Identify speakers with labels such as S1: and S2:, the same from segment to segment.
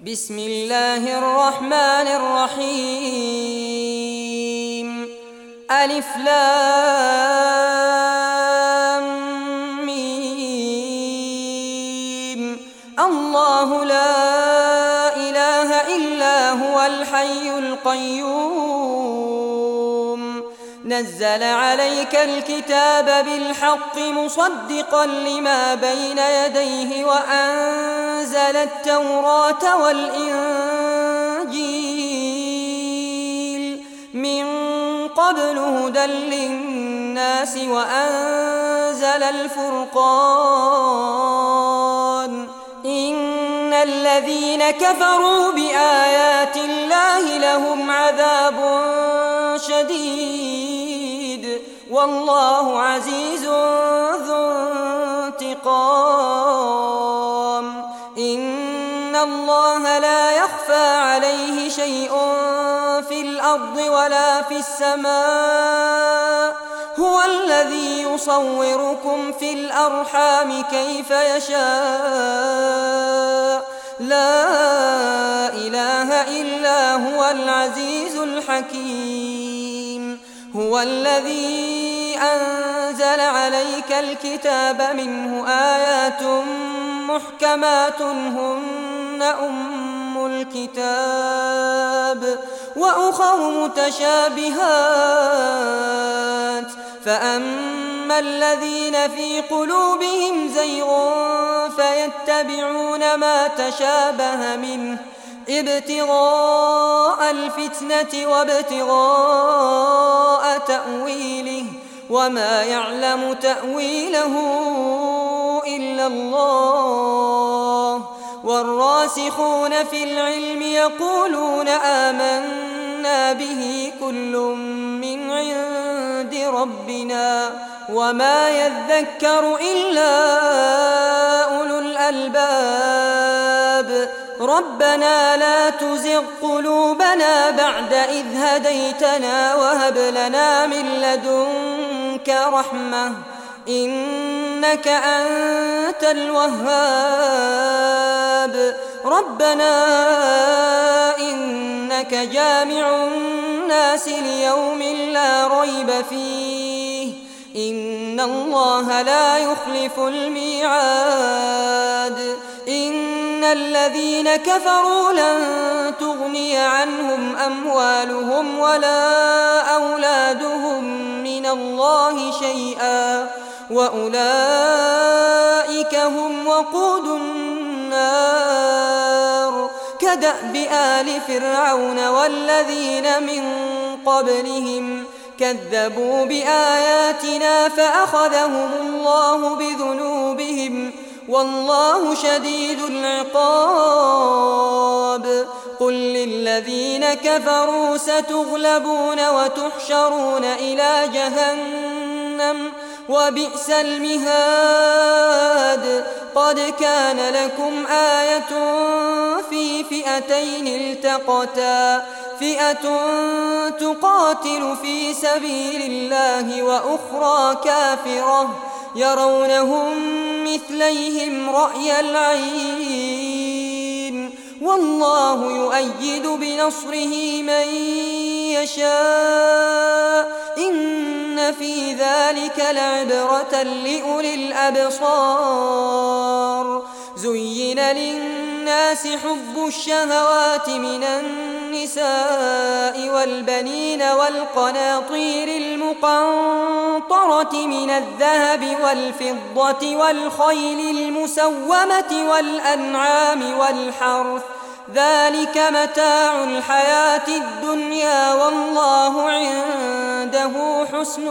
S1: بسم الله الرحمن الرحيم. ألف لام ميم. الله لا إله إلا هو الحي القيوم، نزل عليك الكتاب بالحق مصدقا لما بين يديه وأنزل التوراة والإنجيل من قبل هدى للناس وأنزل الفرقان. إن الذين كفروا بآيات الله لهم عذاب شديد والله عزيز ذو انتقام. إن الله لا يخفى عليه شيء في الأرض ولا في السماء، هو الذي يصوركم في الأرحام كيف يشاء، لا إله إلا هو العزيز الحكيم. هو الذي أنزل عليك الكتاب منه آيات محكمات هن أم الكتاب وأخر متشابهات، فأما الذين في قلوبهم زيغ فيتبعون ما تشابه منه ابتغاء الفتنة وابتغاء تأويله، وما يعلم تأويله إلا الله. والراسخون في العلم يقولون آمنا به كل من عند ربنا وما يذكر إلا أولو الألباب. ربنا لا تزغ قلوبنا بعد إذ هديتنا وهب لنا من لدنك رحمة إنك أنت الوهاب. ربنا إنك جامع الناس ليوم لا ريب فيه إن الله لا يخلف الميعاد. إن الذين كفروا لن تغني عنهم أموالهم ولا أولادهم من الله شيئا وأولئك هم وقود النار. كدأب آل فرعون والذين من قبلهم كذبوا بآياتنا فأخذهم الله بذنوبهم والله شديد العقاب. قل للذين كفروا ستغلبون وتحشرون إلى جهنم وبئس المهاد. قد كان لكم آية في فئتين التقتا، فئة تقاتل في سبيل الله وأخرى كافرة يرونهم مثليهم رأي العين والله يؤيد بنصره من يشاء إن في ذلك لعبرة لأولي الأبصار. زين للناس حب الشهوات من النساء والبنين والقناطير المقنطرة من الذهب والفضة والخيل المسومة والأنعام والحرث ذلك متاع الحياة الدنيا والله عنده حسن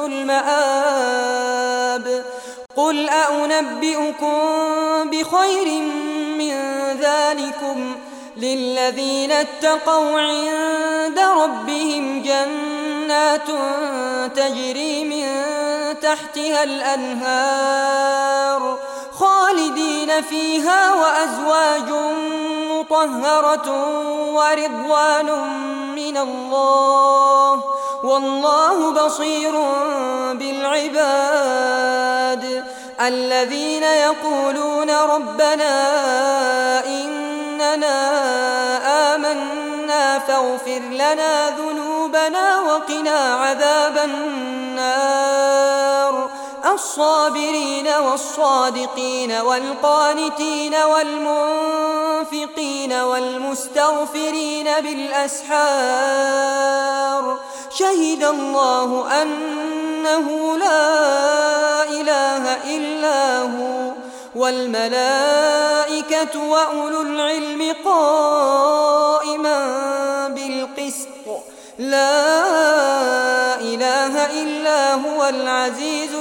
S1: المآب. قل أنبئكم بخير من ذلكم للذين اتقوا عند ربهم جنات تجري من تحتها الأنهار خالدين فيها وأزواج مطهرة ورضوان من الله والله بصير بالعباد. الذين يقولون ربنا إننا فاغفر لنا ذنوبنا وقنا عذاب النار الصابرين والصادقين والقانتين والمنفقين والمستغفرين بالأسحار شهد الله أنه لا إله إلا هو والملائكة وأولو العلم قائما بالقسط لا إله إلا هو العزيز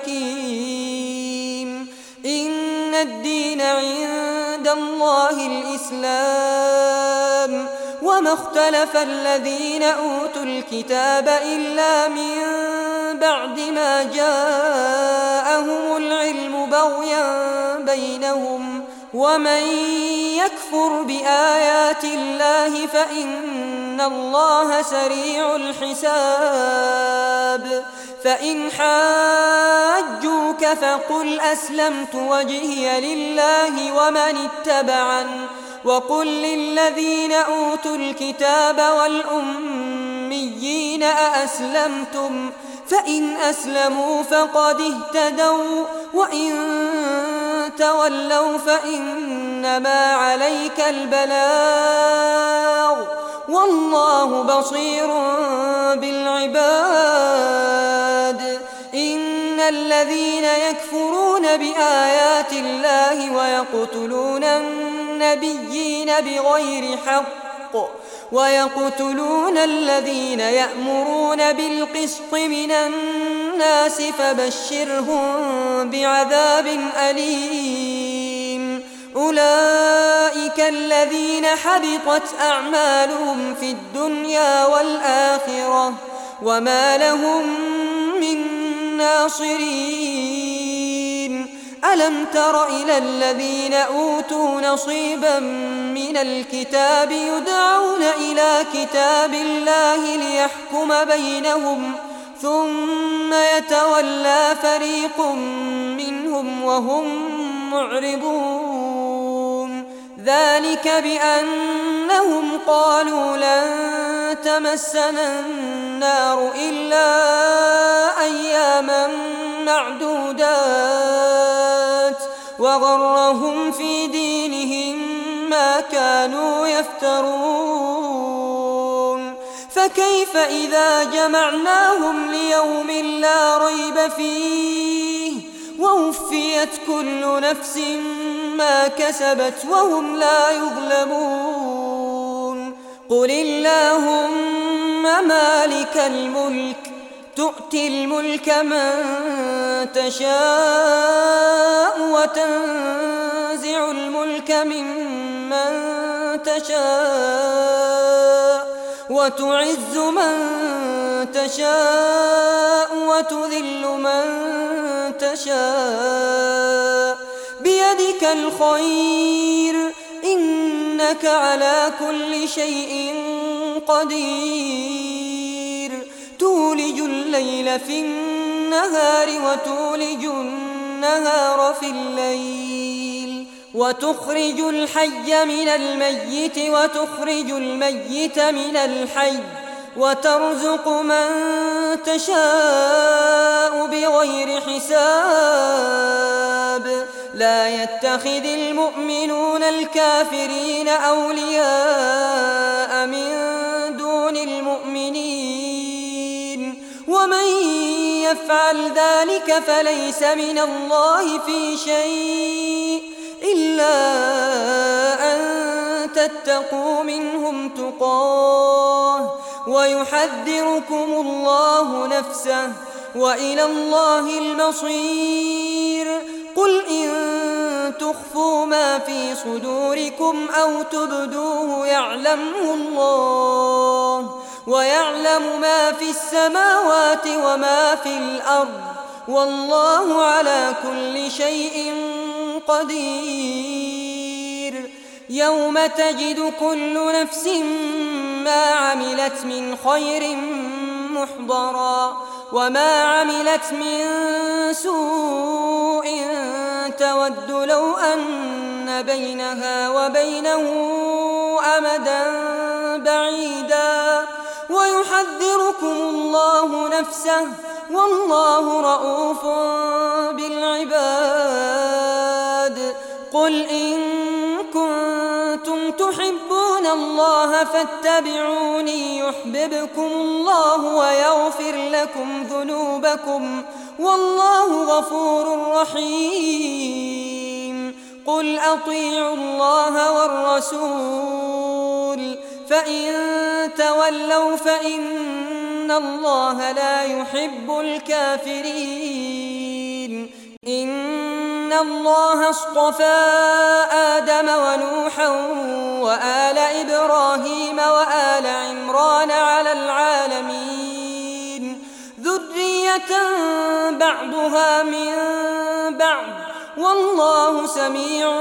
S1: الحكيم إن الدين عند الله الإسلام وما اختلف الذين أوتوا الكتاب إلا من بعد ما جاءهم العلم بغيا بينهم ومن يكفر بآيات الله فإن الله سريع الحساب فإن حاجوك فقل أسلمت وجهي لله ومن اتبعني وقل للذين أوتوا الكتاب والأميين أأسلمتم فإن أسلموا فقد اهتدوا وإن تولوا فإنما عليك البلاغ والله بصير بالعباد إن الذين يكفرون بآيات الله ويقتلون النبيين بغير حق ويقتلون الذين يأمرون بالقسط من الناس فبشرهم بعذاب أليم أولئك الذين حبطت أعمالهم في الدنيا والآخرة وما لهم من ناصرين ألم تر إلى الذين أوتوا نصيبا من الكتاب يدعون إلى كتاب الله ليحكم بينهم ثم يتولى فريق منهم وهم معرضون ذلك بأنهم قالوا لن تمسنا النار إلا أياما معدودات وغرهم في دينهم ما كانوا يفترون فكيف إذا جمعناهم ليوم لا ريب فيه ووفيت كل نفس ما كسبت وهم لا يظلمون قل اللهم مالك الملك تؤتي الملك من تشاء وتنزع الملك ممن تشاء وتعز من تشاء وتذل من تشاء بيدك الخير إنك على كل شيء قدير تولج الليل في النهار وتولج النهار في الليل وتخرج الحي من الميت وتخرج الميت من الحي وترزق من تشاء بغير حساب لا يتخذ المؤمنون الكافرين أولياء من دون المؤمنين ومن يفعل ذلك فليس من الله في شيء إلا أن تتقوا منهم تقاه ويحذركم الله نفسه وإلى الله المصير قل إن تخفوا ما في صدوركم أو تبدوه يعلمه الله ويعلم ما في السماوات وما في الأرض والله على كل شيء قدير يوم تجد كل نفس ما عملت من خير محضرا وما عملت من سوء تود لو أن بينها وبينه أمدا بعيدا ويحذركم الله نفسه والله رءوف بالعباد. قل إن كنتم تحبون الله فاتبعوني يحببكم الله ويغفر لكم ذنوبكم والله غفور رحيم. قل أطيعوا الله والرسول فإن تولوا فإن الله لا يحب الكافرين. إن الله اصطفى آدم ونوحا وآل إبراهيم وآل عمران على العالمين ذرية بعضها من بعض والله سميع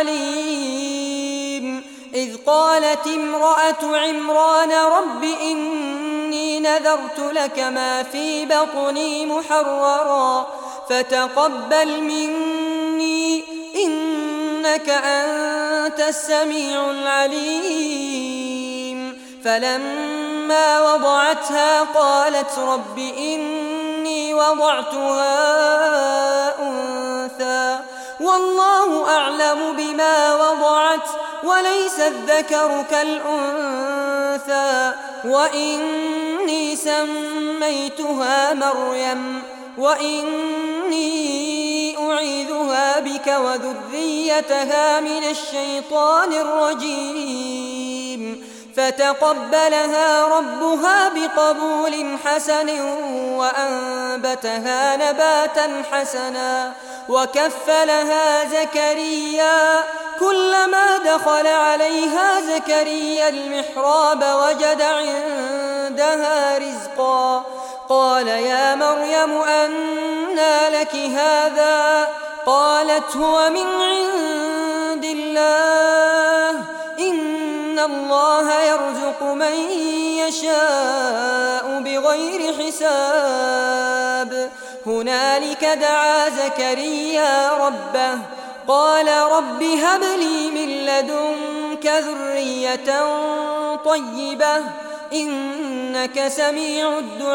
S1: عليم. إذ قالت امرأة عمران رب إني نذرت لك ما في بطني محررا فتقبل مني إنك أنت السميع العليم. فلما وضعتها قالت رب إني وضعتها أنثى والله أعلم بما وضعت وليس الذكر كالأنثى وإني سميتها مريم وإني أعيذها بك وذريتها من الشيطان الرجيم. فتقبلها ربها بقبول حسن وأنبتها نباتا حسنا وكفلها زكريا. كلما دخل عليها زكريا المحراب وجد عندها رزقا قال يا مريم أنى لك هذا؟ قالت هو من عند الله إن الله يرزق من يشاء بغير حساب. هنالك دعا زكريا ربه قال رب هب لي من لدنك ذرية طيبة إنك سميع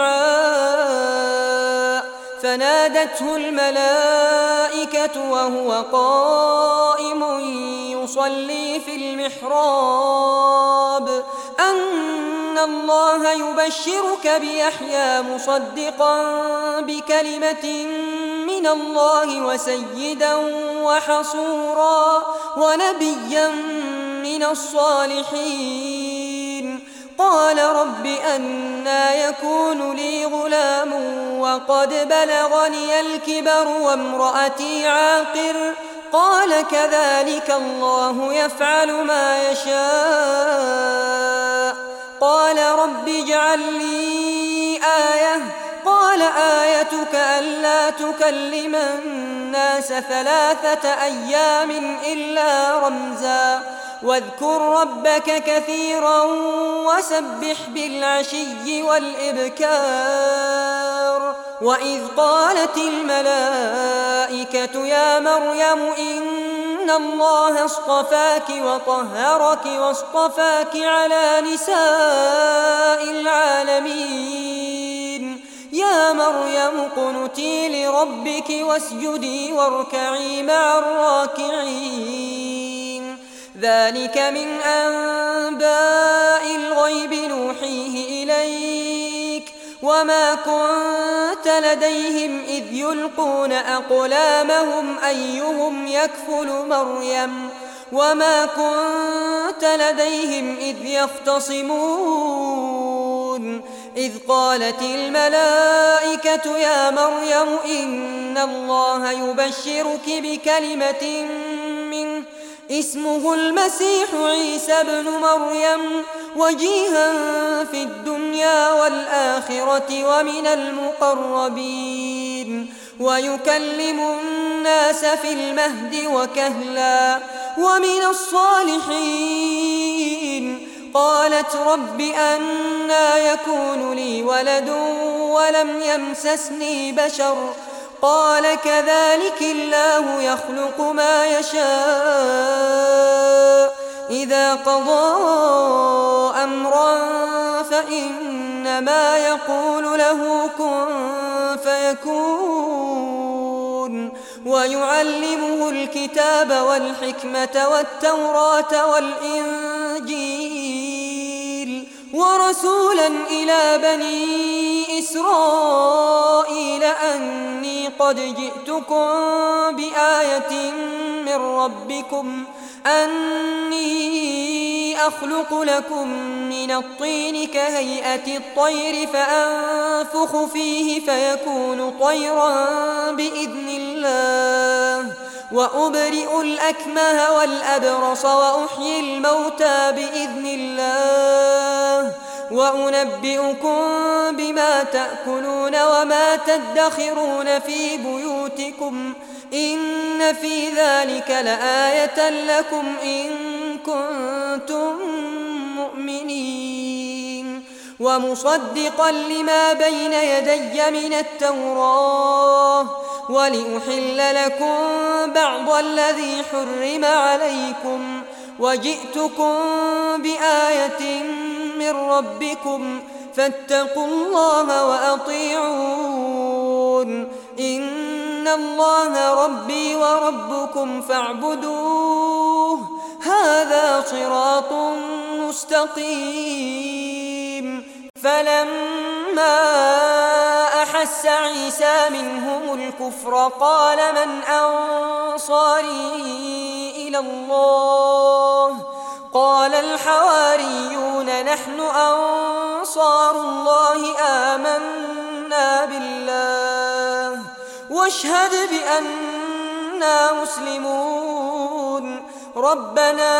S1: الدعاء. فنادته الملائكة وهو قائم يصلي في المحراب أن الله يبشرك بيحيى مصدقا بكلمة من الله وسيدا وحصورا ونبيا من الصالحين. قال رب أنى يكون لي غلام وقد بلغني الكبر وامرأتي عاقر؟ قال كذلك الله يفعل ما يشاء. قال رب اجعل لي آية. قال آيتك ألا تكلم الناس 3 أيام إلا رمزا واذكر ربك كثيرا وسبح بالعشي والإبكار. وإذ قالت الملائكة يا مريم إن الله اصطفاك وطهرك واصطفاك على نساء العالمين يا مريم اقنتي لربك واسجدي واركعي مع الراكعين. ذلك من أنباء الغيب نوحيه إليك وما كنت لديهم إذ يلقون أقلامهم أيهم يكفل مريم وما كنت لديهم إذ يختصمون. إذ قالت الملائكة يا مريم إن الله يبشرك بكلمة منه اسمه المسيح عيسى ابن مريم وجيها في الدنيا والآخرة ومن المقربين ويكلم الناس في المهد وكهلا ومن الصالحين. قالت رب أنى يكون لي ولد ولم يمسسني بشر؟ قال كذلك الله يخلق ما يشاء إذا قضى أمرا إنما يقول له كن فيكون ويعلمه الكتاب والحكمة والتوراة والإنجيل ورسولا إلى بني إسرائيل أني قد جئتكم بآية من ربكم أني أخلق لكم من الطين كهيئة الطير فأنفخ فيه فيكون طيرا بإذن الله وأبرئ الأكمه والأبرص وأحيي الموتى بإذن الله وأنبئكم بما تأكلون وما تدخرون في بيوتكم إن في ذلك لآية لكم إن كنتم مؤمنين ومصدقا لما بين يدي من التوراة ولأحل لكم بعض الذي حرم عليكم وجئتكم بآية من ربكم فاتقوا الله وأطيعون إن الله ربي وربكم فاعبدوه هذا صراط مستقيم فلما أحس عيسى منهم الكفر قال من أنصاري إلى الله قال الحواريون نحن أنصار الله آمنا بالله واشهد بأننا مسلمون ربنا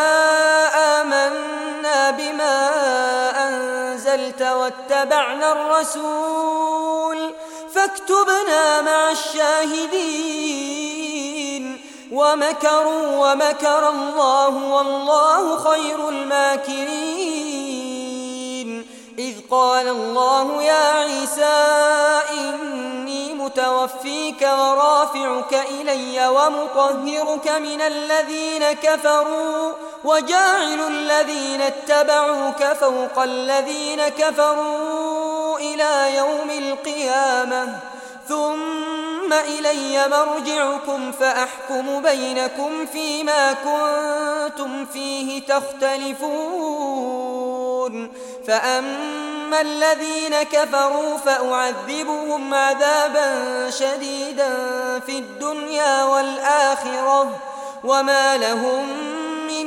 S1: آمنا بما أنزلت واتبعنا الرسول فاكتبنا مع الشاهدين ومكروا ومكر الله والله خير الماكرين إذ قال الله يا عيسى إني متوفيك ورافعك إلي ومطهرك من الذين كفروا وجاعل الذين اتبعوك فوق الذين كفروا إلى يوم القيامة ثم إلي مرجعكم فأحكم بينكم فيما كنتم فيه تختلفون فأما الذين كفروا فأعذبهم عذابا شديدا في الدنيا والآخرة وما لهم من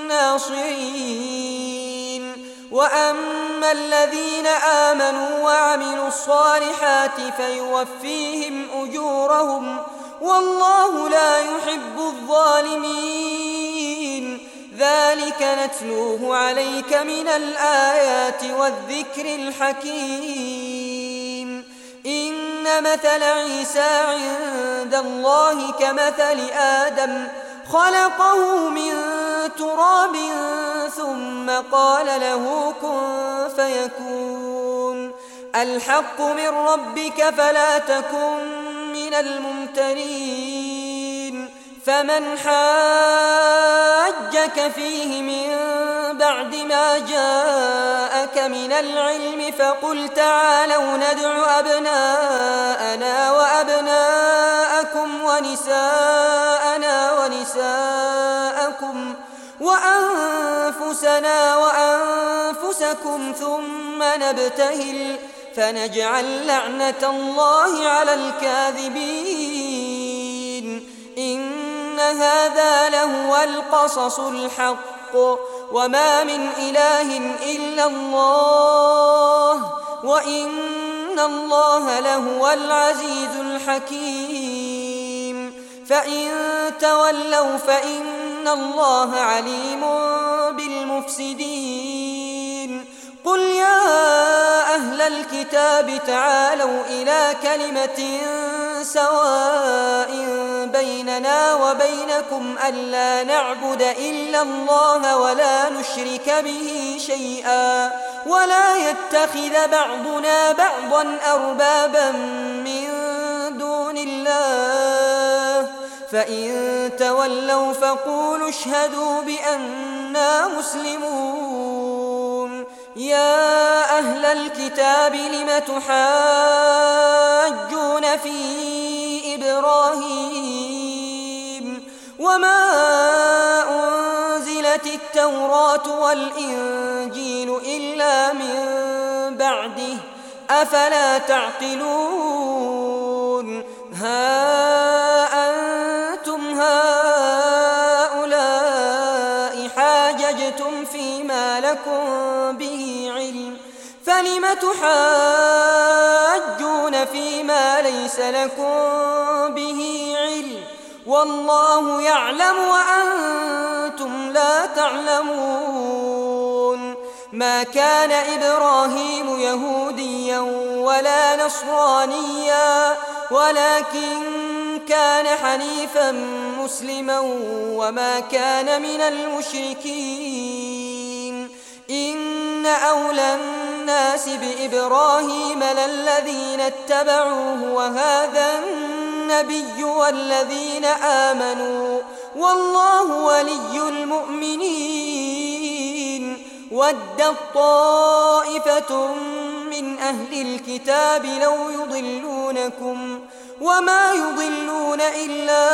S1: ناصرين وأما الذين آمنوا وعملوا الصالحات فيوفيهم أجورهم والله لا يحب الظالمين ذلك نتلوه عليك من الآيات والذكر الحكيم إن مثل عيسى عند الله كمثل آدم خلقه من تراب ثم قال له كن فيكون الحق من ربك فلا تكن من الممترين فمن حاجك فيه من بعد ما جاءك من العلم فقل تعالوا ندع أبناءنا وأبناءكم ونساءنا ونساءكم وأنفسنا وأنفسكم ثم نبتهل فنجعل لعنة الله على الكاذبين إن هذا لهو القصص الحق وما من إله إلا الله وإن الله لهو العزيز الحكيم فإن تولوا فإن الله عليم بالمفسدين قل يا أهل الكتاب تعالوا إلى كلمة سواء بيننا وبينكم ألا نعبد إلا الله ولا نشرك به شيئا ولا يتخذ بعضنا بعضا أربابا من دون الله فإن تولوا فقولوا اشهدوا بأننا مسلمون يا أهل الكتاب لم تحاجون في إبراهيم وما أنزلت التوراة والإنجيل إلا من بعده أفلا تعقلون ها أنتم هؤلاء حاججتم فيما لكم به علم فلم تحاجون فيما ليس لكم به علم والله يعلم وأنتم لا تعلمون ما كان إبراهيم يهوديا ولا نصرانيا ولكن كان حنيفا مسلما وما كان من المشركين إن أولى الناس بإبراهيم للذين اتبعوه وهذا النبي والذين آمنوا والله ولي المؤمنين ودت طائفة من أهل الكتاب لو يضلونكم وما يضلون إلا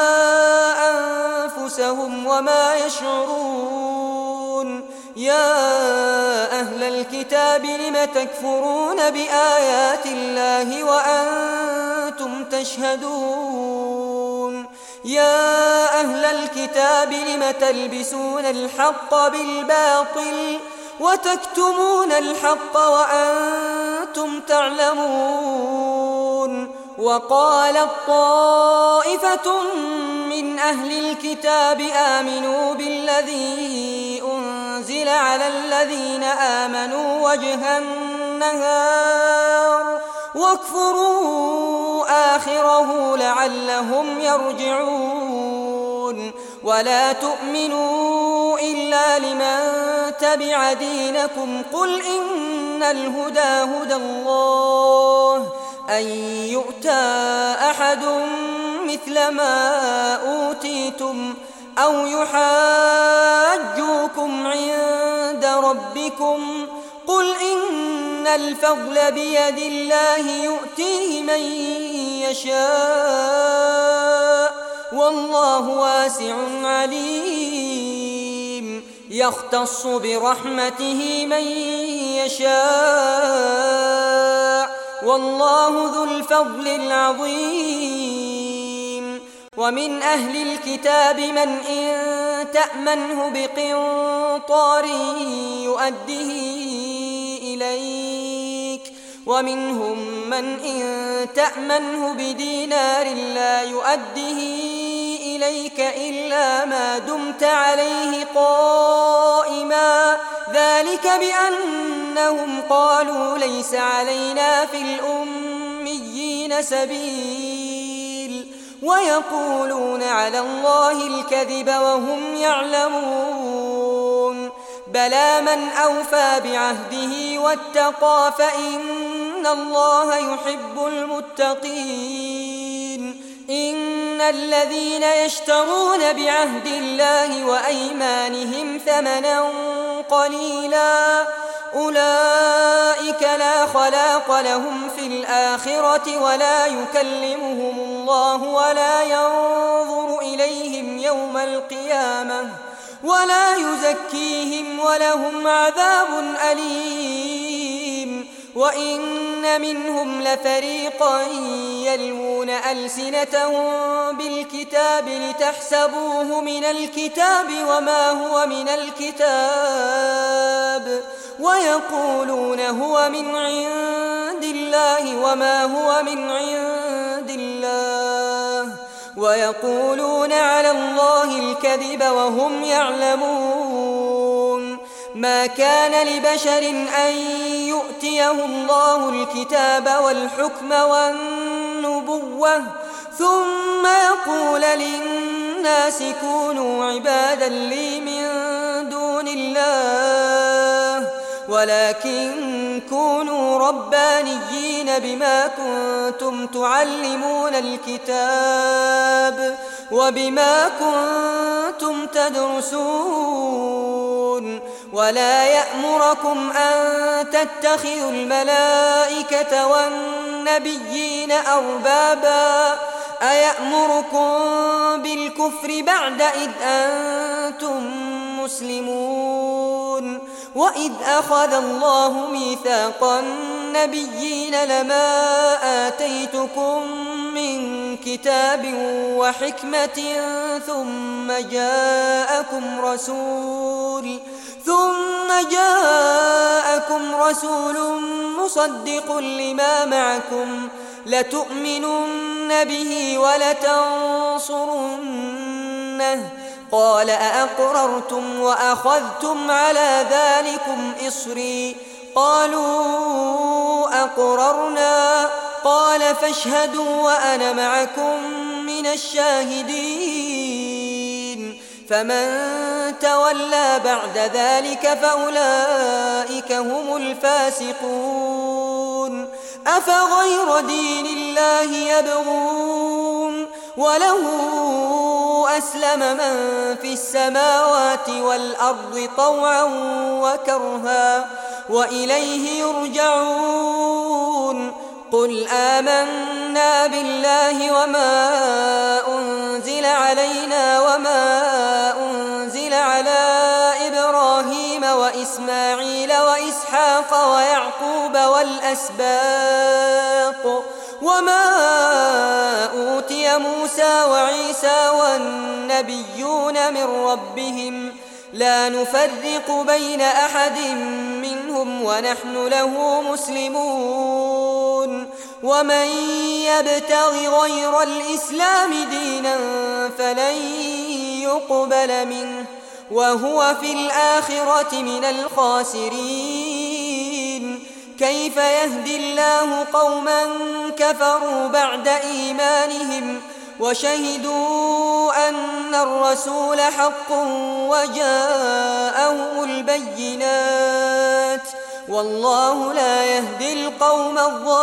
S1: أنفسهم وما يشعرون يا أهل الكتاب لم تكفرون بآيات الله وأنتم تشهدون يا أهل الكتاب لم تلبسون الحق بالباطل وتكتمون الحق وأنتم تعلمون وقالت طائفة من أهل الكتاب آمنوا بالذي أنزل على الذين آمنوا وجه النهار واكفروا آخره لعلهم يرجعون ولا تؤمنوا إلا لمن تبع دينكم قل إن الهدى هدى الله أن يؤتى أحد مثل ما أوتيتم أو يحاجوكم عند ربكم قل إن الفضل بيد الله يؤتيه من يشاء والله واسع عليم يختص برحمته من يشاء والله ذو الفضل العظيم ومن أهل الكتاب من إن تأمنه بقنطار يؤده إليك ومنهم من إن تأمنه بدينار لا يؤده إليك إلا ما دمت عليه قائما ذلك بأنهم قالوا ليس علينا في الأميين سبيل ويقولون على الله الكذب وهم يعلمون بلى من أوفى بعهده واتقى فإن الله يحب المتقين إن الذين يشترون بعهد الله وأيمانهم ثمنا قليلا أولئك لا خلاق لهم في الآخرة ولا يكلمهم الله ولا ينظر إليهم يوم القيامة ولا يزكيهم ولهم عذاب أليم وإن منهم لفريقا يلوون ألسنتهم بالكتاب لتحسبوه من الكتاب وما هو من الكتاب ويقولون هو من عند الله وما هو من عند الله ويقولون على الله الكذب وهم يعلمون ما كان لبشر أن يؤتيه الله الكتاب والحكم والنبوة ثم يقول للناس كونوا عبادا لي من دون الله ولكن كونوا ربانيين بما كنتم تعلمون الكتاب وبما كنتم تدرسون ولا يأمركم أن تتخذوا الملائكة والنبيين أربابا أيأمركم بالكفر بعد إذ أنتم مسلمون وإذ أخذ الله ميثاق النبيين لما آتيتكم من كتاب وحكمة ثم جاءكم رسول مصدق لما معكم لتؤمنن به ولتنصرنه قال أأقررتم وأخذتم على ذلكم إصري قالوا أقررنا قال فاشهدوا وأنا معكم من الشاهدين فمن تولى بعد ذلك فأولئك هم الفاسقون أفغير دين الله يبغون وله أسلم من في السماوات والأرض طوعا وكرها وإليه يرجعون قل آمنا بالله وما أنزل علينا وما أنزل على إبراهيم وإسماعيل وإسحاق ويعقوب والأسباط وما أوتي موسى وعيسى والنبيون من ربهم لا نفرق بين أحد منهم ونحن له مسلمون ومن يبتغ غير الإسلام دينا فلن يقبل منه وهو في الآخرة من الخاسرين كيف يهدي الله قوما كفروا بعد إيمانهم وشهدوا أن الرسول حق وجاءهم البينات والله لا يهدي القوم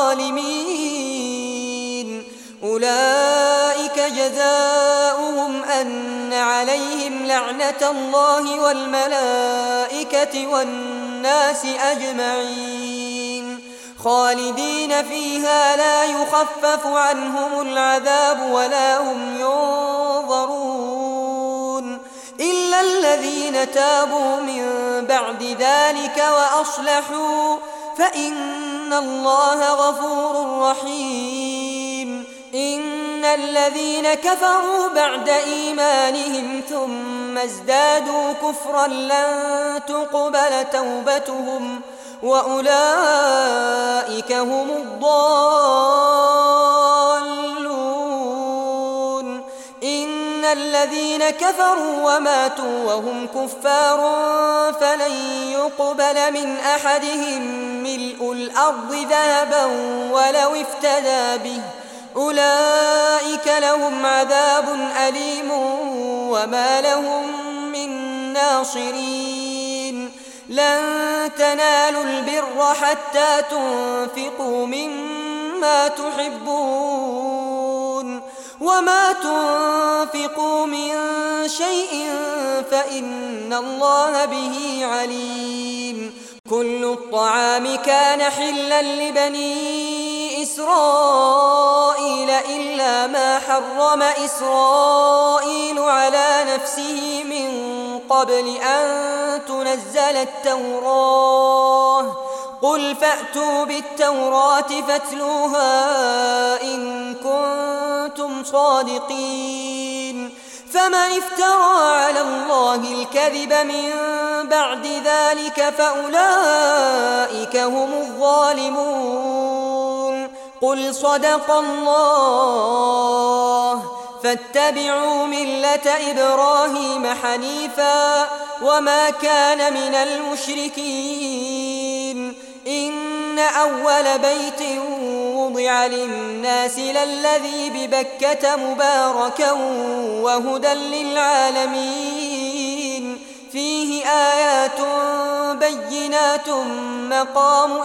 S1: الظالمين أولئك جزاؤهم أن عليهم لعنة الله والملائكة والناس أجمعين خالدين فيها لا يخفف عنهم العذاب ولا هم ينظرون إلا الذين تابوا من بعد ذلك وأصلحوا فإن الله غفور رحيم إن الذين كفروا بعد إيمانهم ثم ازدادوا كفرا لن تقبل توبتهم وأولئك هم الضالون إن الذين كفروا وماتوا وهم كفار فلن يقبل من أحدهم ملء الأرض ذهبا ولو افتدى به أولئك لهم عذاب أليم وما لهم من ناصرين لن تنالوا البر حتى تنفقوا مما تحبون وما تنفقوا من شيء فإن الله به عليم كل الطعام كان حلا لبني إسرائيل إلا ما حرم إسرائيل على نفسه من قبل أن تنزل التوراة قل فأتوا بالتوراة فاتلوها إن كنتم صادقين فمن افترى على الله الكذب من بعد ذلك فأولئك هم الظالمون قل صدق الله فاتبعوا ملة إبراهيم حنيفا وما كان من المشركين إن أول بيت وضع للناس للذي ببكة مباركا وهدى للعالمين فيه آيات بينات مقام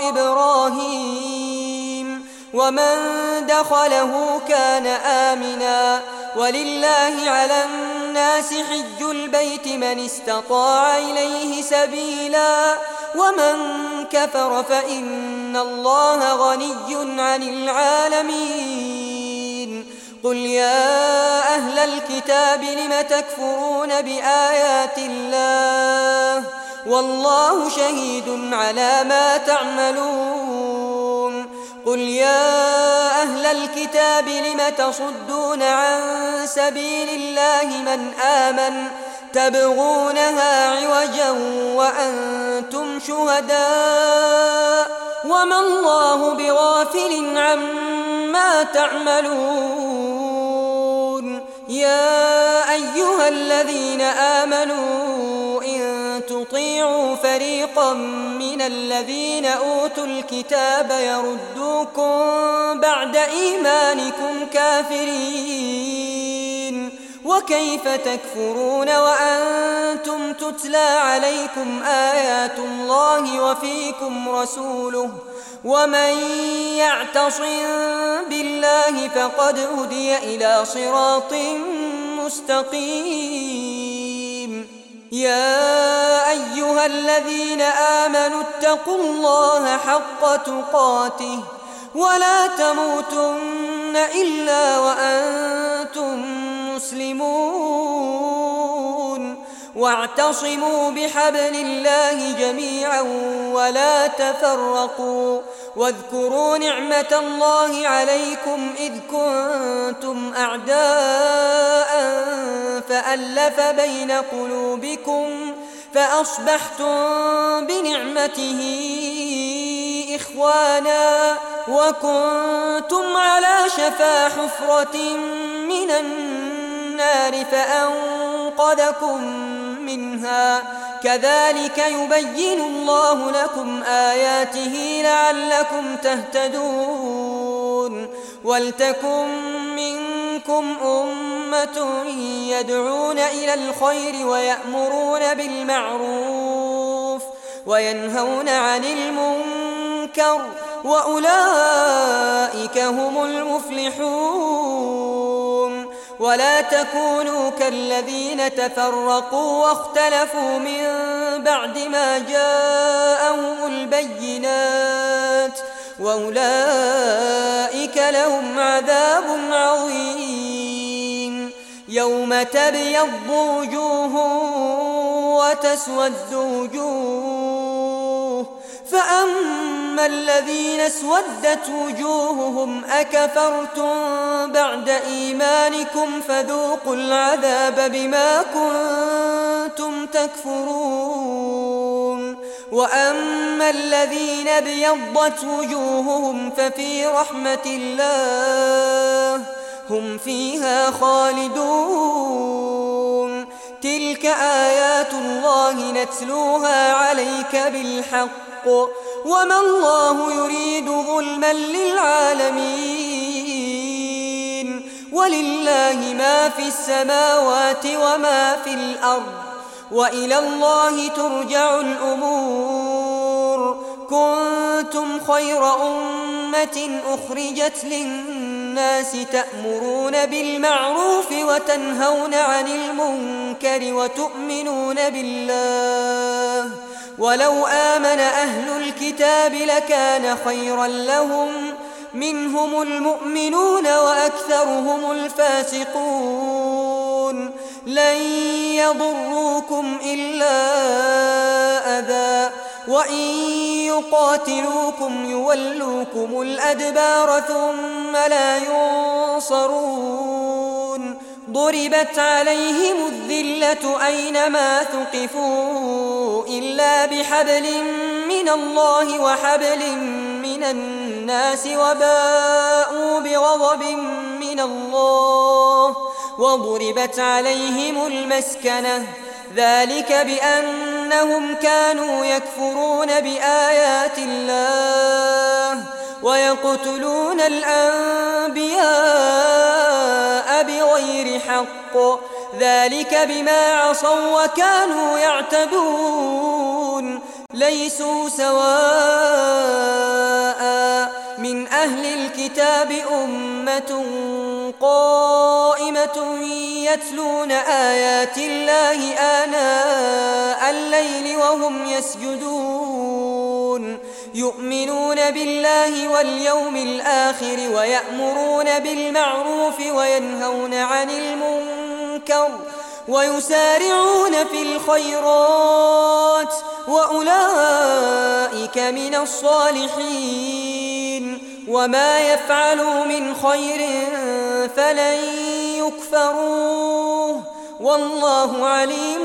S1: إبراهيم ومن دخله كان آمنا ولله على الناس حج البيت من استطاع إليه سبيلا ومن كفر فإن الله غني عن العالمين قل يا أهل الكتاب لم تكفرون بآيات الله والله شهيد على ما تعملون قل يا أهل الكتاب لم تصدون عن سبيل الله من آمن تبغونها عوجا وأنتم شهداء وما الله بغافل عما تعملون يا أيها الذين آمنوا إن تطيعوا فريقا من الذين أوتوا الكتاب يردوكم بعد إيمانكم كافرين وكيف تكفرون وأنتم تتلى عليكم آيات الله وفيكم رسوله ومن يعتصم بالله فقد هدي إلى صراط مستقيم يا أيها الذين آمنوا اتقوا الله حق تقاته ولا تموتن إلا وأنتم مسلمون واعتصموا بحبل الله جميعا ولا تفرقوا واذكروا نعمة الله عليكم إذ كنتم أعداء فألف بين قلوبكم فأصبحتم بنعمته إخوانا وكنتم على شفا حفرة من النار فأنقذكم منها كذلك يبين الله لكم آياته لعلكم تهتدون ولتكن منكم أمة يدعون إلى الخير ويأمرون بالمعروف وينهون عن المنكر وأولئك هم المفلحون ولا تكونوا كالذين تفرقوا واختلفوا من بعد ما جاءهم البينات وأولئك لهم عذاب عظيم يوم تبيض وجوه وتسود وجوه فأما الذين اسودت وجوههم أكفرتم بعد إيمانكم فذوقوا العذاب بما كنتم تكفرون وأما الذين ابيضت وجوههم ففي رحمة الله هم فيها خالدون تلك آيات الله نتلوها عليك بالحق وما الله يريد ظلما للعالمين ولله ما في السماوات وما في الأرض وإلى الله ترجع الأمور كنتم خير أمة أخرجت للناس تأمرون بالمعروف وتنهون عن المنكر وتؤمنون بالله ولو آمن أهل الكتاب لكان خيرا لهم منهم المؤمنون وأكثرهم الفاسقون لن يضروكم إلا أذى وإن يقاتلوكم يولوكم الأدبار ثم لا ينصرون ضربت عليهم الذلة أينما ثقفوا إلا بحبل من الله وحبل من الناس وباءوا بغضب من الله وضربت عليهم المسكنة ذلك بأنهم كانوا يكفرون بآيات الله ويقتلون الأنبياء بغير حق ذلك بما عصوا وكانوا يعتدون ليسوا سواء من أهل الكتاب أمة قائمة طائفة يتلون آيات الله آناء الليل وهم يسجدون يؤمنون بالله واليوم الآخر ويأمرون بالمعروف وينهون عن المنكر ويسارعون في الخيرات وأولئك من الصالحين وما يفعلوا من خير فلن يكفروه والله عليم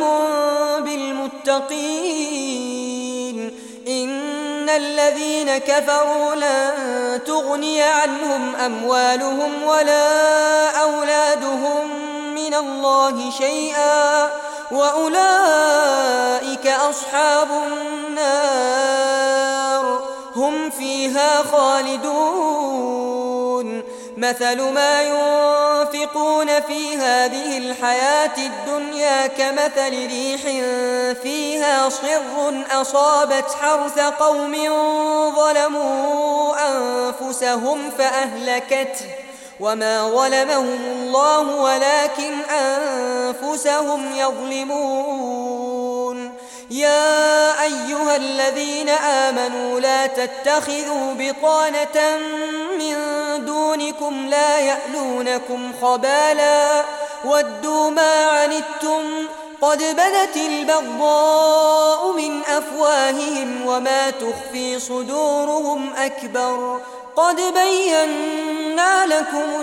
S1: بالمتقين إن الذين كفروا لن تغني عنهم أموالهم ولا أولادهم من الله شيئا وأولئك أصحاب النار هم فيها خالدون مثل ما ينفقون في هذه الحياة الدنيا كمثل ريح فيها صر أصابت حرث قوم ظلموا أنفسهم فأهلكته وما ظلمهم الله ولكن أنفسهم يظلمون يا أيها الذين آمنوا لا تتخذوا بطانة من دونكم لا يألونكم خبالا ودوا ما عنتم قد بدت البغضاء من أفواههم وما تخفي صدورهم أكبر قد بينا لكم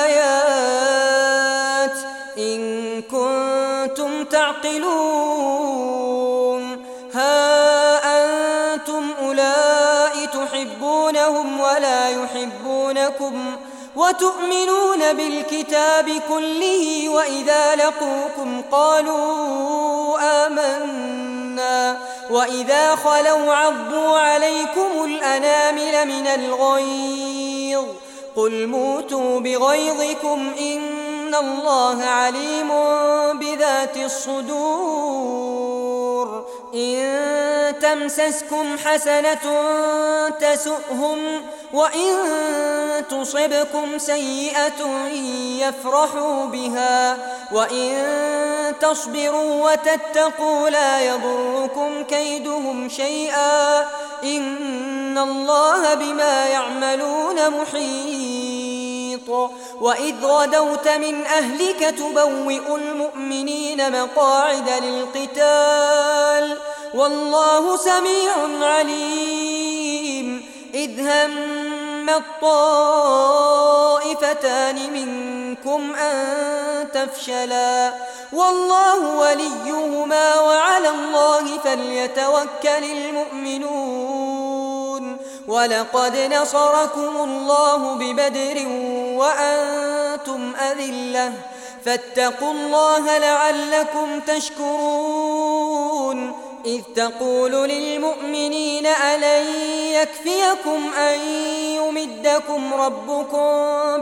S1: الآيات إن كنتم تعقلون ها أنتم أولئك تحبونهم ولا يحبونكم وتؤمنون بالكتاب كله وإذا لقوكم قالوا آمنا وإذا خلوا عضوا عليكم الأنامل من الغيظ قل موتوا بغيظكم إن الله عليم بذات الصدور إن تمسسكم حسنة تسؤهم وإن تصبكم سيئة يفرحوا بها وإن تصبروا وتتقوا لا يضركم كيدهم شيئا إن الله بما يعملون محيط وإذ غدوت من أهلك تبوئ المؤمنين مقاعد للقتال والله سميع عليم إذ هم الطائفتان منكم أن تفشلا والله وليهما وعلى الله فليتوكل المؤمنون ولقد نصركم الله ببدر وأنتم أذلة فاتقوا الله لعلكم تشكرون إذ تقول للمؤمنين ألن يكفيكم أن يمدكم ربكم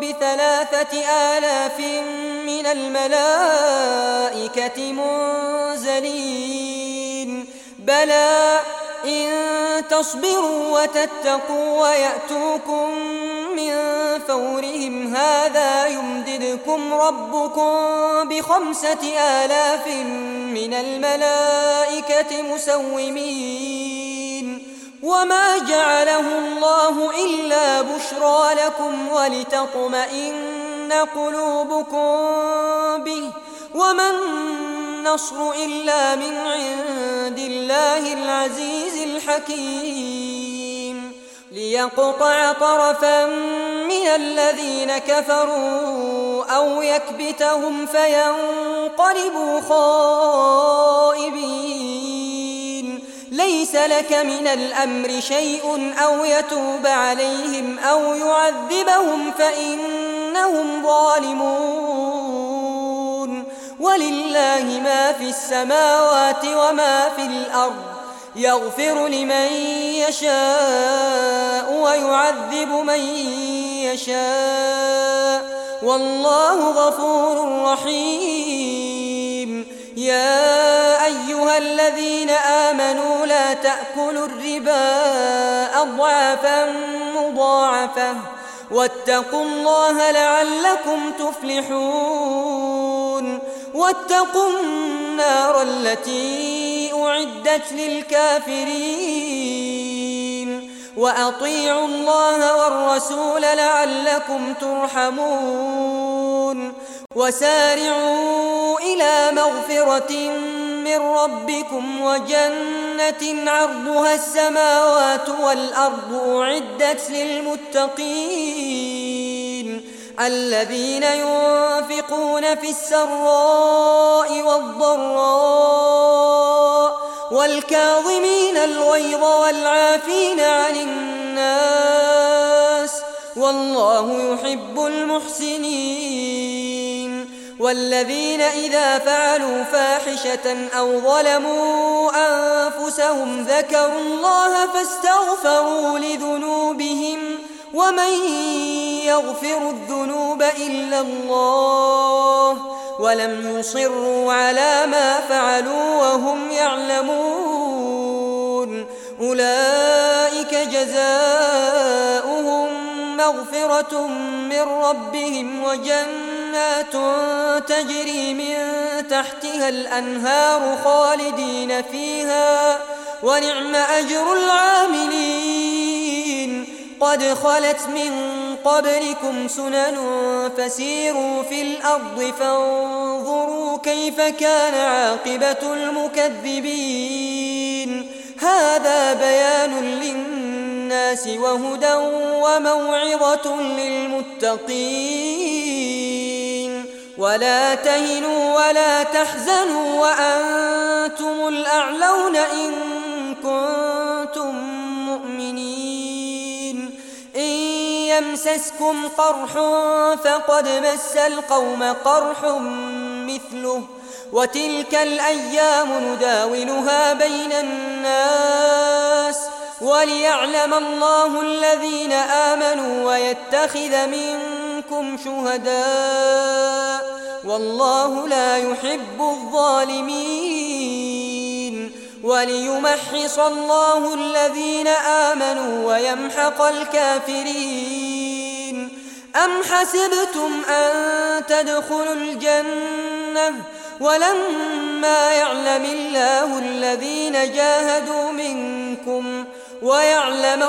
S1: ب3,000 من الملائكة منزلين بلى إن تصبروا وتتقوا ويأتوكم من فورهم هذا يمددكم ربكم ب5,000 من الملائكة مسومين وما جعله الله إلا بشرى لكم ولتطمئن قلوبكم به وما النصر إلا من عند الله العزيز الحكيم ليقطع طرفا من الذين كفروا أو يكبتهم فينقلبوا خائبين ليس لك من الأمر شيء أو يتوب عليهم أو يعذبهم فإنهم ظالمون ولله ما في السماوات وما في الأرض يغفر لمن يشاء ويعذب من يشاء والله غفور رحيم يا أيها الذين آمنوا لا تأكلوا الربا أضعافا مضاعفة واتقوا الله لعلكم تفلحون واتقوا النار التي أعدت للكافرين وأطيعوا الله والرسول لعلكم ترحمون وسارعوا إلى مغفرة من ربكم وجنة عرضها السماوات والأرض أعدت للمتقين الذين ينفقون في السراء والضراء والكاظمين الغيظ والعافين عن الناس والله يحب المحسنين والذين إذا فعلوا فاحشة أو ظلموا أنفسهم ذكروا الله فاستغفروا لذنوبهم ومن يغفر الذنوب إلا الله ولم يصروا على ما فعلوا وهم يعلمون أولئك جزاؤهم مغفرة من ربهم وجنات تجري من تحتها الأنهار خالدين فيها ونعم أجر العاملين قد خلت من قبلكم سنن فسيروا في الأرض فانظروا كيف كان عاقبة المكذبين هذا بيان للناس وهدى وموعظة للمتقين ولا تهنوا ولا تحزنوا وأنتم الأعلون إن كنتم مؤمنين إن يمسسكم قرح فقد مس القوم قرح مثله وتلك الأيام نداولها بين الناس وليعلم الله الذين آمنوا ويتخذ منكم شهداء والله لا يحب الظالمين وليمحص الله الذين آمنوا ويمحق الكافرين أم حسبتم أن تدخلوا الجنة ولما يعلم الله الذين جاهدوا منكم ويعلم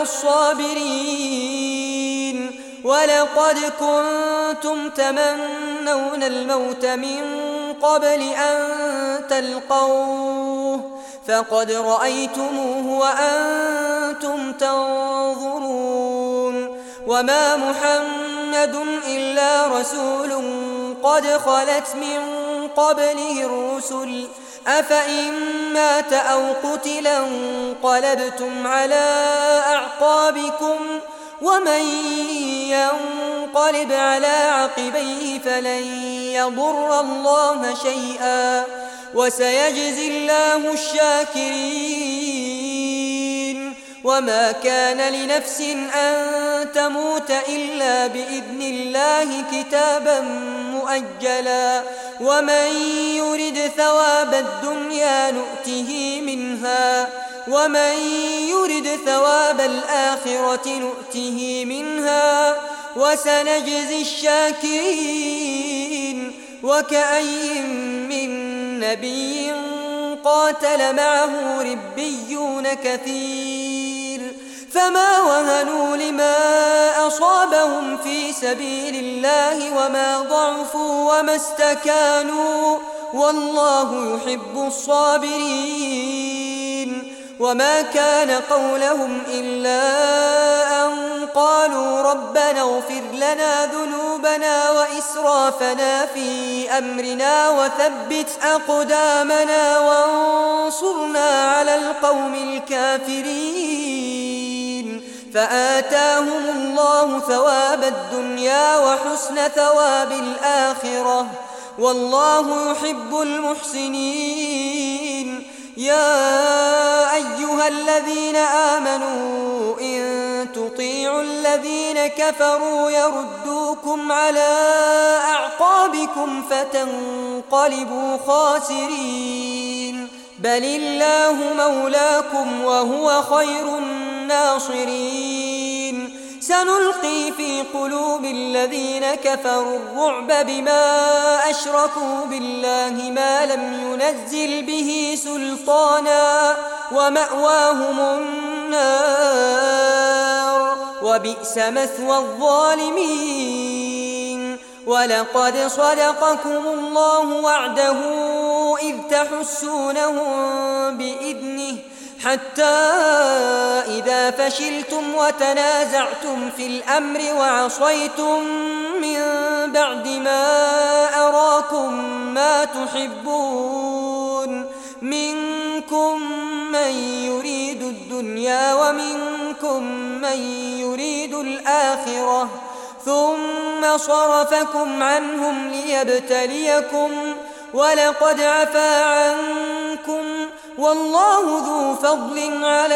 S1: الصابرين ولقد كنتم تمنون الموت من قبل أن تلقوه فقد رأيتموه وأنتم تنظرون وما محمد إلا رسول قد خلت من قبله الرسل أفإن مات أو قتلا انقلبتم على أعقابكم ومن ينقلب على عقبيه فلن يضر الله شيئا وسيجزي الله الشاكرين وما كان لنفس أن تموت إلا بإذن الله كتابا مؤجلا ومن يرد ثواب الدنيا نؤته منها ومن يرد ثواب الآخرة نؤته منها وسنجزي الشاكرين وكأي من نبي قاتل معه ربيون كثير فما وهنوا لما أصابهم في سبيل الله وما ضعفوا وما استكانوا والله يحب الصابرين وما كان قولهم إلا أن قالوا ربنا اغفر لنا ذنوبنا وإسرافنا في أمرنا وثبت أقدامنا وانصرنا على القوم الكافرين فآتاهم الله ثواب الدنيا وحسن ثواب الآخرة والله يحب المحسنين يا أيها الذين آمنوا إن تطيعوا الذين كفروا يردوكم على أعقابكم فتنقلبوا خاسرين بل الله مولاكم وهو خير الناصرين سنلقي في قلوب الذين كفروا الرعب بما أشركوا بالله ما لم ينزل به سلطانا ومأواهم النار وبئس مثوى الظالمين. ولقد صدقكم الله وعده إذ تحسونهم بإذنه حتى إذا فشلتم وتنازعتم في الأمر وعصيتم من بعد ما أراكم ما تحبون منكم من يريد الدنيا ومنكم من يريد الآخرة ثم صرفكم عنهم ليبتليكم ولقد عفا عنكم والله ذو فضل على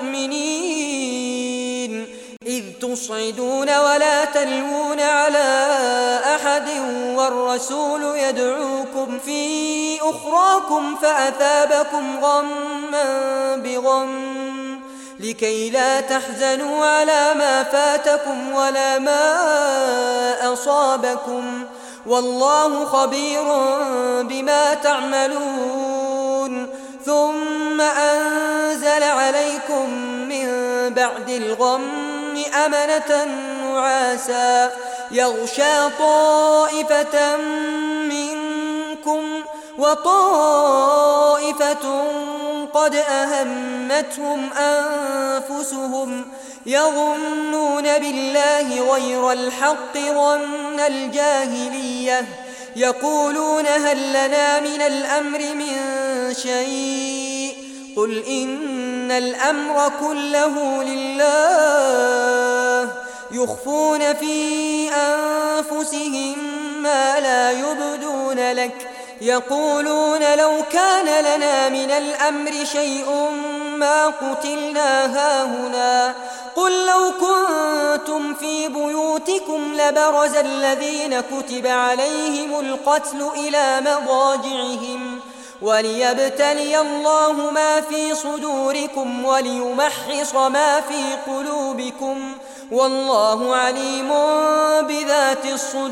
S1: المؤمنين إذ تصعدون ولا تلوون على أحد والرسول يدعوكم في أخراكم فأثابكم غما بغم لكي لا تحزنوا على ما فاتكم ولا ما أصابكم والله خبير بما تعملون. ثم أنزل عليكم من بعد الغم أمنة نعاسا يغشى طائفة منكم وطائفة قد أهمتهم أنفسهم يظنون بالله غير الحق ظن الجاهلية يقولون هل لنا من الأمر من شيء قل إن الأمر كله لله يخفون في أنفسهم ما لا يبدون لك يقولون لو كان لنا من الأمر شيء ما قتلنا هاهنا قل لو كنتم في بيوتكم لبرز الذين كتب عليهم القتل إلى مضاجعهم وليبتلي الله ما في صدوركم وليمحص ما في قلوبكم والله عليم بذات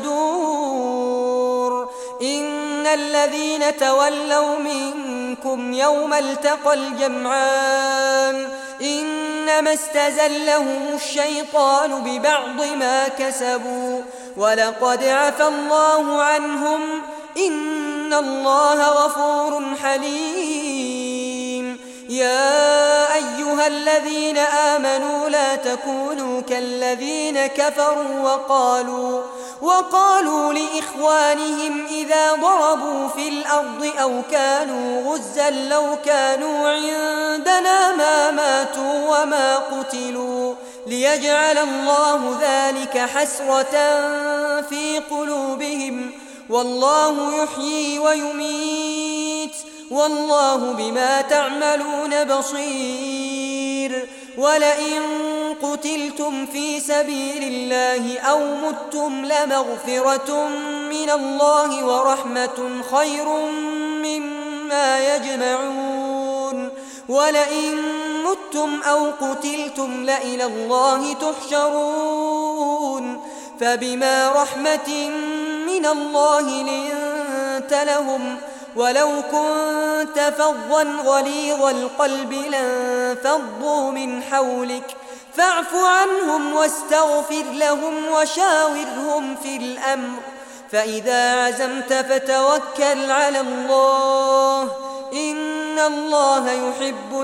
S1: الصدور. إن الذين تولوا منكم يوم التقى الجمعان إنما استزلهم الشيطان ببعض ما كسبوا ولقد عفى الله عنهم إن الله غفور حليم. يا أيها الذين آمنوا لا تكونوا كالذين كفروا وقالوا لإخوانهم إذا ضربوا في الأرض أو كانوا غزا لو كانوا عندنا ما ماتوا وما قتلوا ليجعل الله ذلك حسرة في قلوبهم والله يحيي ويميت والله بما تعملون بصير. ولئن قتلتم في سبيل الله أو متم لمغفرة من الله ورحمة خير مما يجمعون. ولئن متم أو قتلتم لإلى الله تحشرون. فبما رحمة من الله لنت لهم ولو كنت فظا غليظ القلب لانفضوا من حولك فاعف عنهم واستغفر لهم وشاورهم في الأمر فإذا عزمت فتوكل على الله إن الله يحب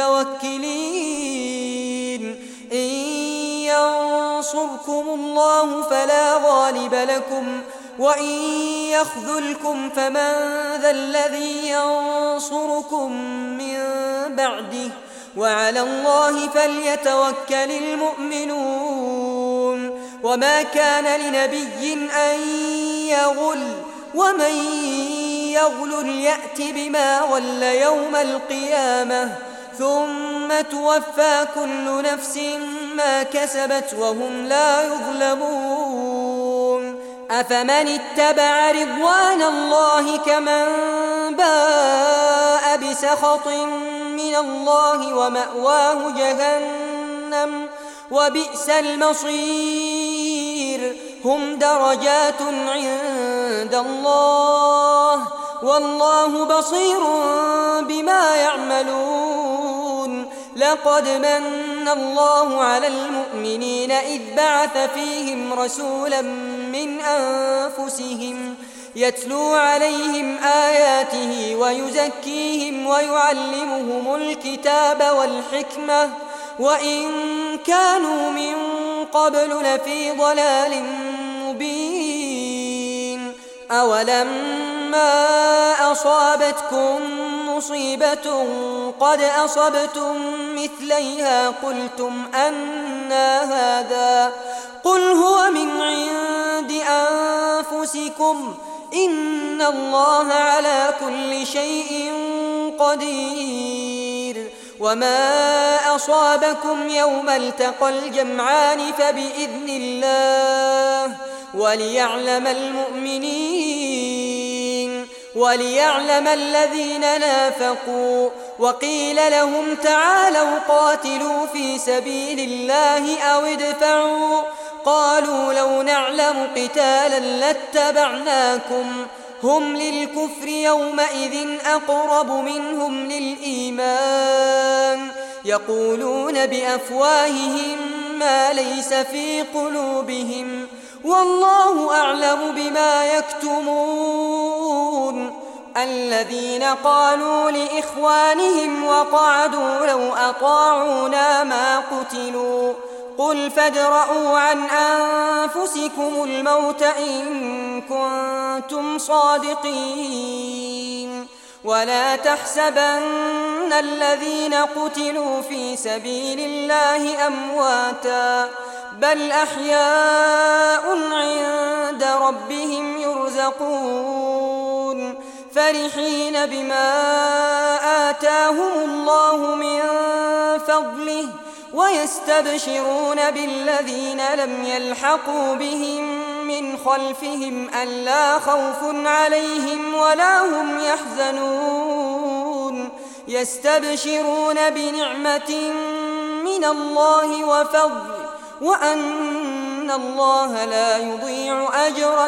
S1: المتوكلين. إن ينصركم الله فلا غالب لكم وإن يخذلكم فمن ذا الذي ينصركم من بعده وعلى الله فليتوكل المؤمنون. وما كان لنبي أن يغل ومن يغل يأت بما غل يوم القيامة ثم توفى كل نفس ما كسبت وهم لا يظلمون. أفمن اتبع رضوان الله كمن باء بسخط من الله ومأواه جهنم وبئس المصير هم درجات عند الله والله بصير بما يعملون لقد من الله على المؤمنين إذ بعث فيهم رسولا من أنفسهم يتلو عليهم آياته ويزكيهم ويعلمهم الكتاب والحكمة وإن كانوا من قبل لفي ضلال مبين أولما أصابتكم مصيبة قد أصبتم مثليها قلتم أنى هذا قل هو من عند أنفسكم إن الله على كل شيء قدير وما أصابكم يوم التقى الجمعان فبإذن الله وليعلم الذين نافقوا وقيل لهم تعالوا قاتلوا في سبيل الله أو ادفعوا قالوا لو نعلم قتالا لاتبعناكم هم للكفر يومئذ أقرب منهم للإيمان يقولون بأفواههم ما ليس في قلوبهم والله أعلم بما يكتمون الذين قالوا لإخوانهم وقعدوا لو أطاعونا ما قتلوا قل فادرءوا عن أنفسكم الموت إن كنتم صادقين ولا تحسبن الذين قتلوا في سبيل الله أمواتا بل أحياء عند ربهم يرزقون فرحين بما آتاهم الله من فضله ويستبشرون بالذين لم يلحقوا بهم من خلفهم ألا خوف عليهم ولا هم يحزنون يستبشرون بنعمة من الله وفضل وأن الله لا يضيع أجر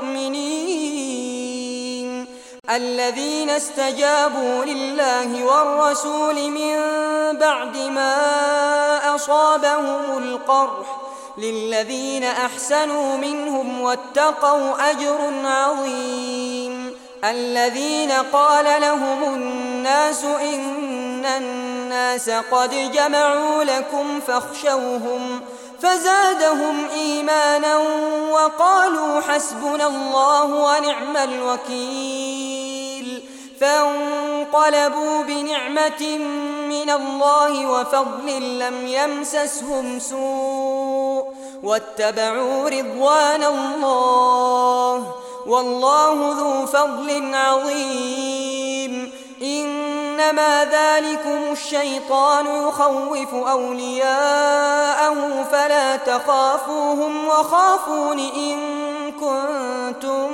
S1: المؤمنين الذين استجابوا لله والرسول من بعد ما أصابهم القرح للذين أحسنوا منهم واتقوا أجر عظيم الذين قال لهم الناس إن الناس قد جمعوا لكم فاخشوهم فزادهم إيمانا وقالوا حسبنا الله ونعم الوكيل فانقلبوا بنعمة من الله وفضل لم يمسسهم سوء واتبعوا رضوان الله والله ذو فضل عظيم إنما ذلكم الشيطان يخوف أولياءه فلا تخافوهم وخافون إن كنتم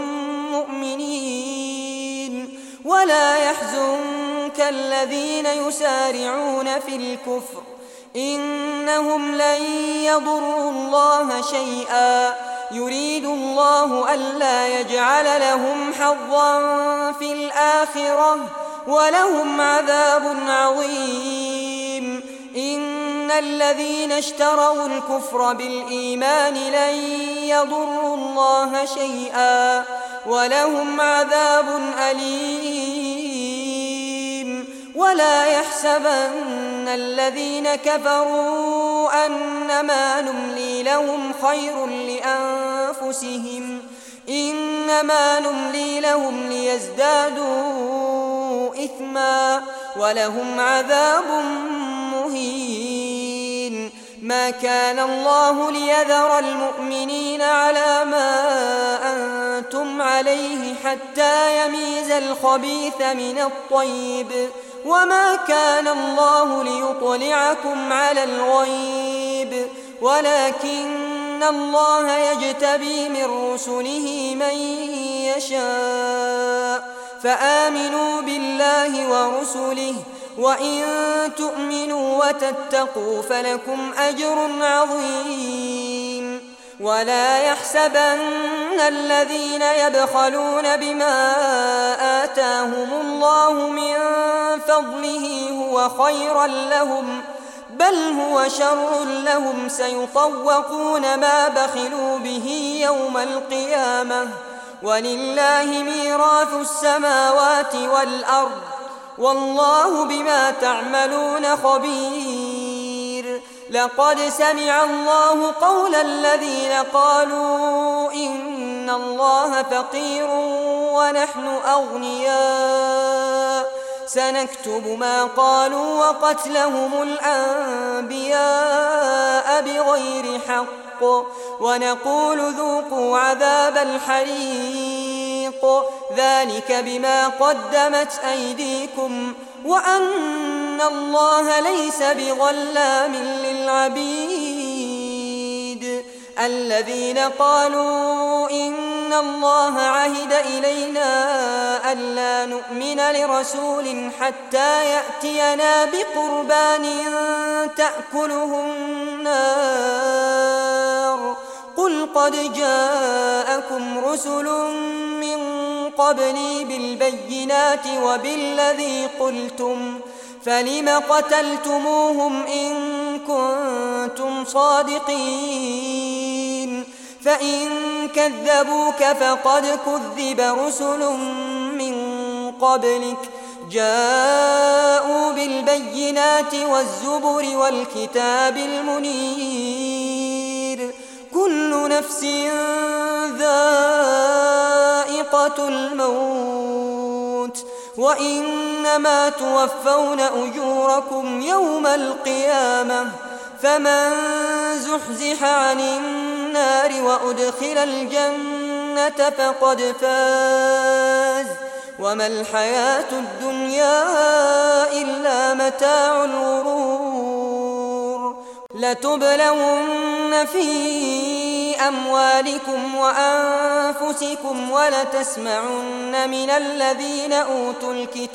S1: مؤمنين ولا يحزنك الذين يسارعون في الكفر إنهم لن يضروا الله شيئا يريد الله ألا يجعل لهم حظا في الآخرة ولهم عذاب عظيم إن الذين اشتروا الكفر بالإيمان لن يضروا الله شيئا ولهم عذاب أليم ولا يحسبن الذين كفروا أنما نملي لهم خير لأنفسهم إنما نملي لهم ليزدادوا إثما ولهم عذاب مهين ما كان الله ليذر المؤمنين على ما أنتم عليه حتى يميز الخبيث من الطيب وما كان الله ليطلعكم على الغيب ولكن الله يجتبي من رسله من يشاء فآمنوا بالله ورسله وإن تؤمنوا وتتقوا فلكم أجر عظيم ولا يحسبن الذين يبخلون بما آتاهم الله من فضله هو خيرا لهم بل هو شر لهم سيطوقون ما بخلوا به يوم القيامة ولله ميراث السماوات والأرض والله بما تعملون خبير. لقد سمع الله قول الذين قالوا إن الله فقير ونحن أغنياء سنكتب ما قالوا وقتلهم الأنبياء بغير حق ونقول ذوقوا عذاب الحريق ذلك بما قدمت أيديكم وأن الله ليس بظلام للعبيد. الذين قالوا إن الله عهد إلينا ألا نؤمن لرسول حتى يأتينا بقربان تأكله النار قل قد جاءكم رسل من قبلي بالبينات وبالذي قلتم فلم قتلتموهم إن كنتم صادقين فإن كذبوك فقد كذب رسل من قبلك جاءوا بالبينات والزبر والكتاب المنير كل نفس ذائقة الموت وإنما توفون أجوركم يوم القيامة فمن زحزح عن النار وأدخل الجنة فقد فاز وما الحياة الدنيا إلا متاع الغرور. لتبلون في أموالكم وأنفسكم ولتسمعن من الذين أوتوا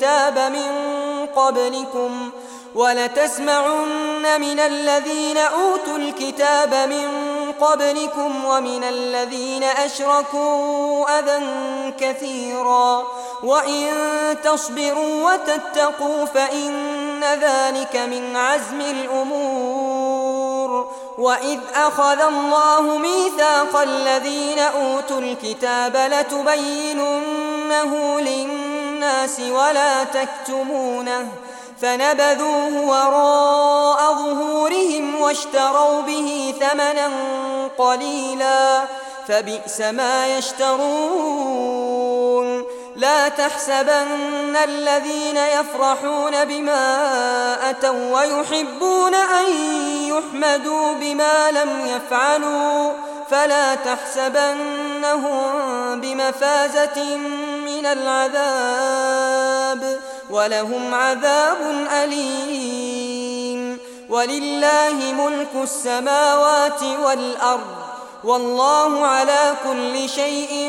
S1: الكتاب من قبلكم ومن الذين أشركوا أذى كثيرا وإن تصبروا وتتقوا فإن ذلك من عزم الأمور. وإذ أخذ الله ميثاق الذين أوتوا الكتاب لتبيننه للناس ولا تكتمونه فنبذوه وراء ظهورهم واشتروا به ثمنا قليلا فبئس ما يشترون. لا تحسبن الذين يفرحون بما أتوا ويحبون أن يحمدوا بما لم يفعلوا فلا تحسبنهم بمفازة من العذاب ولهم عذاب أليم. ولله ملك السماوات والأرض والله على كل شيء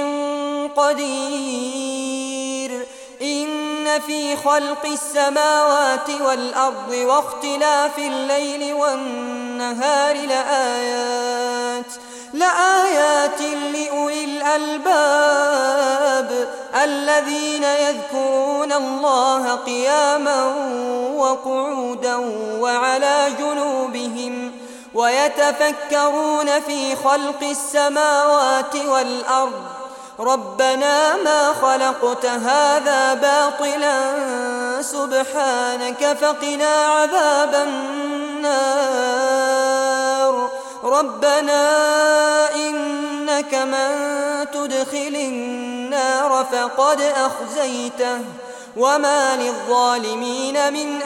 S1: قدير. إن في خلق السماوات والأرض واختلاف الليل والنهار لآيات لأولي الألباب الذين يذكرون الله قياما وقعودا وعلى جنوبهم ويتفكرون في خلق السماوات والأرض ربنا ما خلقت هذا باطلا سبحانك فقنا عذاب النار. ربنا إنك من تدخل النار فقد أخزيته وما للظالمين من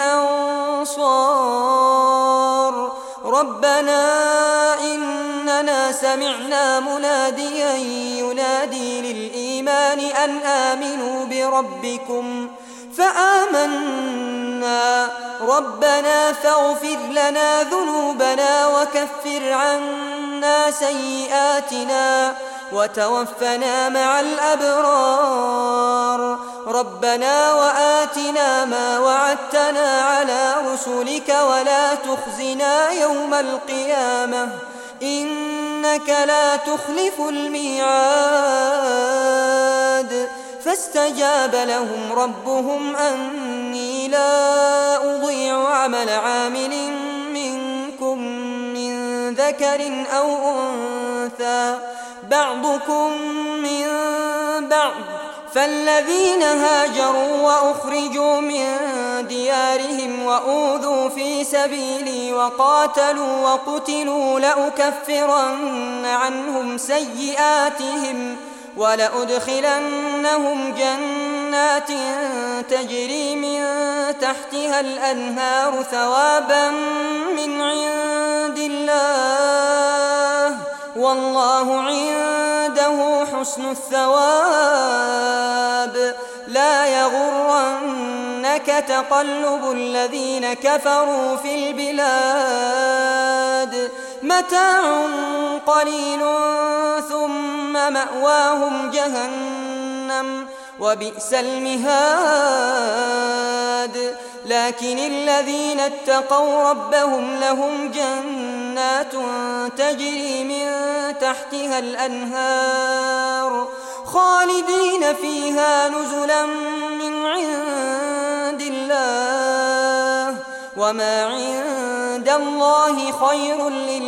S1: أنصار. ربنا إننا سمعنا مناديا ينادي للإيمان أن آمنوا بربكم فآمنا ربنا فاغفر لنا ذنوبنا وكفر عنا سيئاتنا وتوفنا مع الأبرار ربنا وآتنا ما وعدتنا على رسلك ولا تخزنا يوم القيامة إنك لا تخلف الميعاد فاستجاب لهم ربهم أني لا أضيع عمل عامل منكم من ذكر أو أنثى بعضكم من بعض فالذين هاجروا وأخرجوا من ديارهم وأوذوا في سبيلي وقاتلوا وقتلوا لأكفرن عنهم سيئاتهم ولأدخلنهم جنات تجري من تحتها الأنهار ثوابا من عند الله والله عنده حسن الثواب لا يغرنك تقلب الذين كفروا في البلاد متاع قليل ثم مأواهم جهنم وبئس المهاد لكن الذين اتقوا ربهم لهم جنات تجري من تحتها الأنهار خالدين فيها نزلا من عند الله وما عند الله خير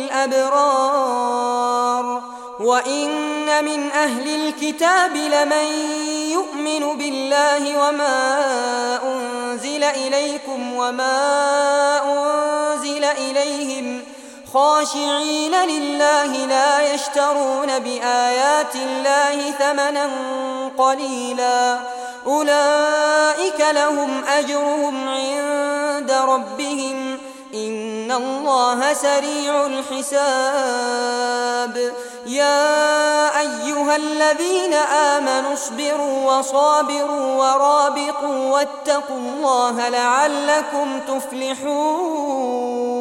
S1: للأبرار وإن من أهل الكتاب لمن يؤمن بالله وما أنزل إليكم وما أنزل إليهم خاشعين لله لا يشترون بآيات الله ثمنا قليلا أولئك لهم أجرهم عند ربهم إن الله سريع الحساب يا أيها الذين آمنوا اصبروا وصابروا ورابطوا واتقوا الله لعلكم تفلحون